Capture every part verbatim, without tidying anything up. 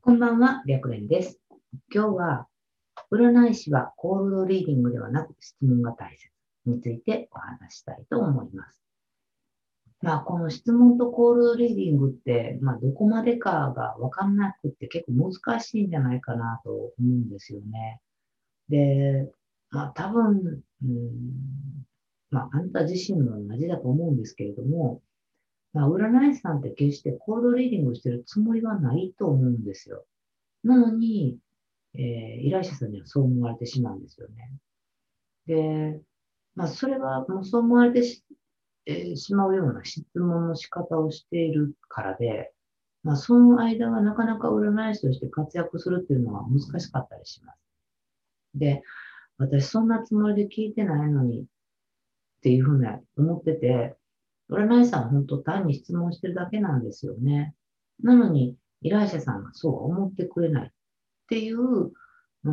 こんばんは、白蓮です。今日は、占い師はコールドリーディングではなく質問が大切についてお話したいと思います。まあ、この質問とコールドリーディングって、まあ、どこまでかがわかんなくって結構難しいんじゃないかなと思うんですよね。で、まあ、多分、うん、まあ、あなた自身も同じだと思うんですけれども、まあ、占い師さんって決してコールドリーディングしてるつもりはないと思うんですよ。なのに、えー依頼者さんにはそう思われてしまうんですよね。で、まあ、それはもうそう思われてし、えーしまうような質問の仕方をしているからで、まあ、その間はなかなか占い師として活躍するっていうのは難しかったりします。で、私そんなつもりで聞いてないのにっていうふうに思ってて、占い師さんは本当単に質問してるだけなんですよね。なのに、依頼者さんがそうは思ってくれないっていう、うん、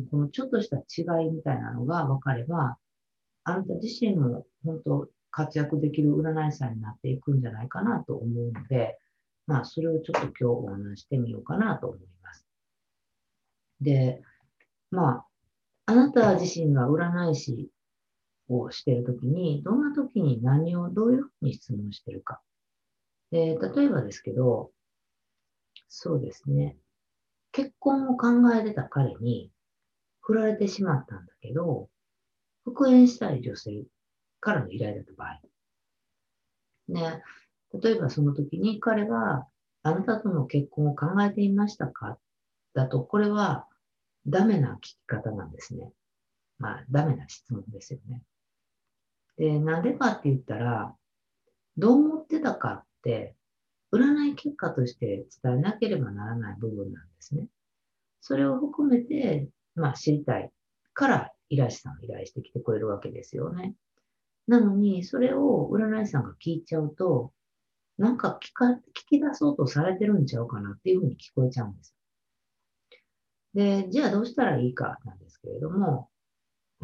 このちょっとした違いみたいなのが分かれば、あなた自身も本当活躍できる占い師さんになっていくんじゃないかなと思うので、まあ、それをちょっと今日お話してみようかなと思います。で、まあ、あなた自身が占い師をしているときに、どんなときに何をどういうふうに質問しているか。で、例えばですけど、そうですね、結婚を考えてた彼に振られてしまったんだけど、復縁したい女性からの依頼だった場合。ね、例えばその時に彼は、あなたとの結婚を考えていましたかだと、これはダメな聞き方なんですね。まあ、ダメな質問ですよね。で、なんでかって言ったら、どう思ってたかって、占い結果として伝えなければならない部分なんですね。それを含めて、まあ、知りたいから依頼師さんを依頼してきてくれるわけですよね。なのに、それを占い師さんが聞いちゃうと、なんか聞か、聞き出そうとされてるんちゃうかなっていうふうに聞こえちゃうんです。で、じゃあどうしたらいいかなんですけれども、うん、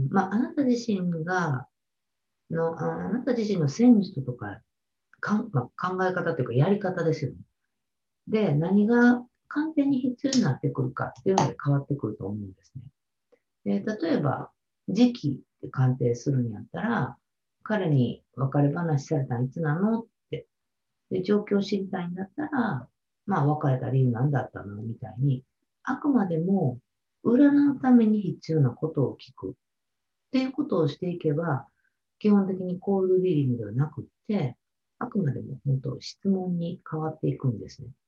まあ、あなた自身が、の、ああなた自身のセンスとか、かん、まあ、考え方というかやり方ですよね。で、何が完全に必要になってくるかっていうので変わってくると思うんですね。で、例えば、時期って鑑定するんやったら、彼に別れ話されたのいつなのって、で、状況を知りたいんだったら、まあ、別れた理由なんだったのみたいに、あくまでも、占うために必要なことを聞くっていうことをしていけば、基本的にコールドリーディングではなくって、あくまでも本当質問に変わっていくんですね。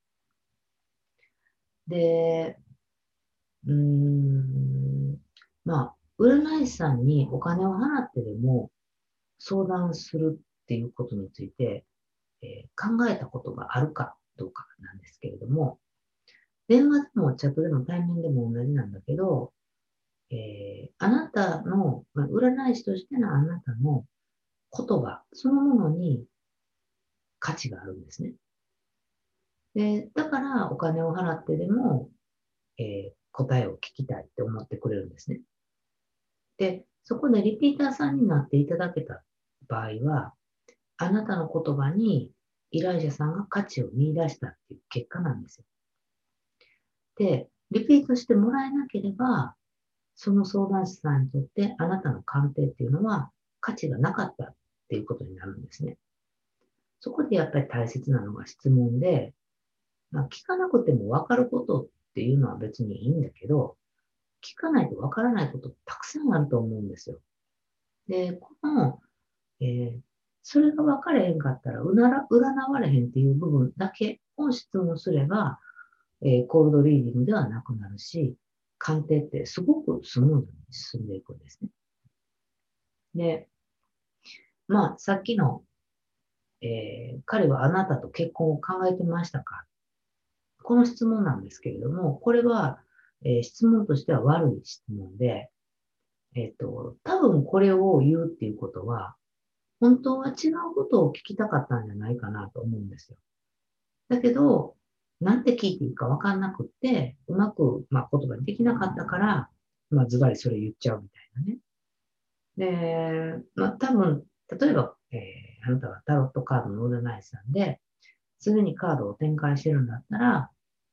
で、うーん、まあ、占い師さんにお金を払ってでも相談するっていうことについて、えー考えたことがあるかどうかなんですけれども、電話でもチャットでも対面でも同じなんだけど、えーあなたの、まあ、占い師としてのあなたの言葉そのものに価値があるんですね。で、だからお金を払ってでも、えー答えを聞きたいって思ってくれるんですね。で、そこでリピーターさんになっていただけた場合は、あなたの言葉に依頼者さんが価値を見出したっていう結果なんですよ。で、リピートしてもらえなければ、その相談師さんにとってあなたの鑑定っていうのは価値がなかったっていうことになるんですね。そこでやっぱり大切なのが質問で、まあ、聞かなくても分かることっていうのは別にいいんだけど、聞かないと分からないことたくさんあると思うんですよ。で、この、えーそれが分かれへんかったら、うなら占われへんっていう部分だけを質問すれば、えーコールドリーディングではなくなるし、鑑定ってすごくスムーズに進んでいくんですね。で、まあ、さっきの、えー彼はあなたと結婚を考えてましたか、この質問なんですけれども、これは、えー質問としては悪い質問で、えっと、多分これを言うっていうことは、本当は違うことを聞きたかったんじゃないかなと思うんですよ。だけど、なんて聞いていいかわかんなくって、うまく、まあ、言葉にできなかったから、まあ、ズバリそれ言っちゃうみたいなね。で、まあ、多分、例えば、えーあなたがタロットカードの占い師さんで、すでにカードを展開してるんだったら、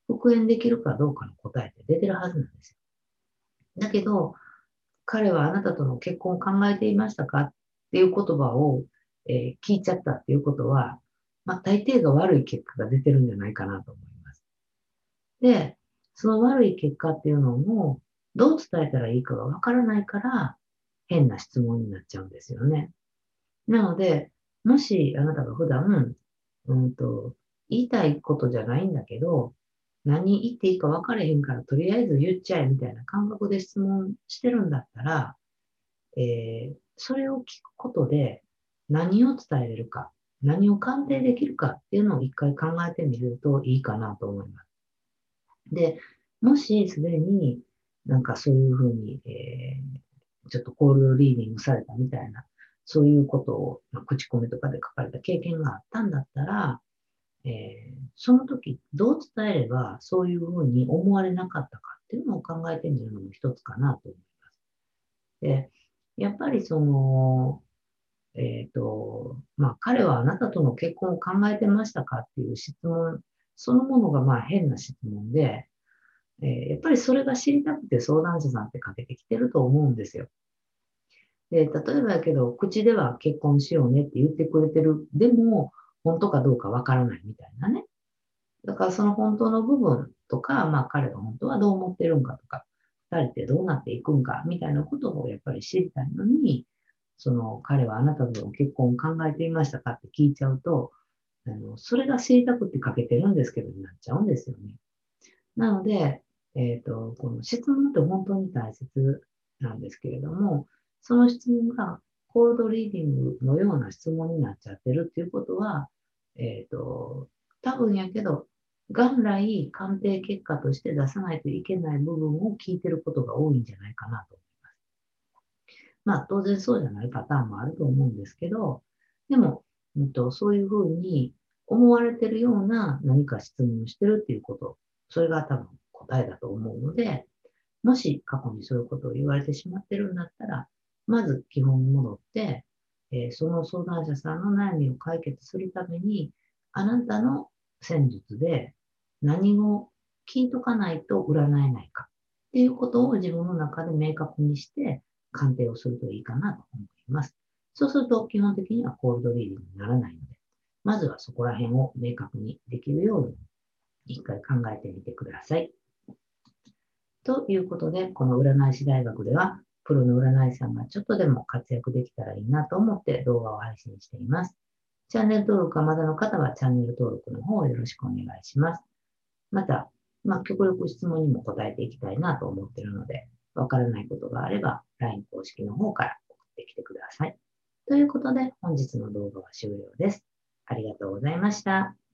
復縁できるかどうかの答えって出てるはずなんですよ。だけど、彼はあなたとの結婚を考えていましたかっていう言葉を、えー聞いちゃったっていうことは、まあ、大抵が悪い結果が出てるんじゃないかなと思います。で、その悪い結果っていうのも、どう伝えたらいいかがわからないから、変な質問になっちゃうんですよね。なので、もしあなたが普段、うんと、言いたいことじゃないんだけど、何言っていいか分からへんから、とりあえず言っちゃえみたいな感覚で質問してるんだったら、えーそれを聞くことで何を伝えれるか、何を鑑定できるかっていうのを一回考えてみるといいかなと思います。で、もしすでになんかそういうふうに、えーちょっとコールドリーディングされたみたいな、そういうことを、まあ、口コミとかで書かれた経験があったんだったら、えーその時どう伝えればそういうふうに思われなかったかっていうのを考えてみるのも一つかなと思います。で、やっぱりその、えっと、まあ、彼はあなたとの結婚を考えてましたかっていう質問そのものがまあ変な質問で、えーやっぱりそれが知りたくて相談者さんってかけてきてると思うんですよ。で、例えばやけど、口では結婚しようねって言ってくれてる。でも、本当かどうかわからないみたいなね。だからその本当の部分とか、まあ彼が本当はどう思ってるんかとか、二人ってどうなっていくんかみたいなことをやっぱり知りたいのに、その彼はあなたとの結婚を考えていましたかって聞いちゃうと、あの、それが知りたくてかけてるんですけどになっちゃうんですよね。なので、えっと、この質問って本当に大切なんですけれども、その質問がコールドリーディングのような質問になっちゃってるっていうことは、えっと、多分やけど、元来鑑定結果として出さないといけない部分を聞いてることが多いんじゃないかなと思います。まあ、当然そうじゃないパターンもあると思うんですけど、でも、うんと、そういうふうに思われてるような何か質問をしてるっていうこと、それが多分答えだと思うので、もし過去にそういうことを言われてしまってるんだったら、まず基本に戻って、えーその相談者さんの悩みを解決するために、あなたの戦術で何を聞いとかないと占えないかっていうことを自分の中で明確にして鑑定をするといいかなと思います。そうすると基本的にはコールドリーディングにならないので、まずはそこら辺を明確にできるように一回考えてみてください。ということで、この占い師大学では、プロの占い師さんがちょっとでも活躍できたらいいなと思って動画を配信しています。チャンネル登録がまだの方はチャンネル登録の方をよろしくお願いします。また、まあ、極力質問にも答えていきたいなと思っているので、わからないことがあれば、ライン 公式の方から送ってきてください。ということで、本日の動画は終了です。ありがとうございました。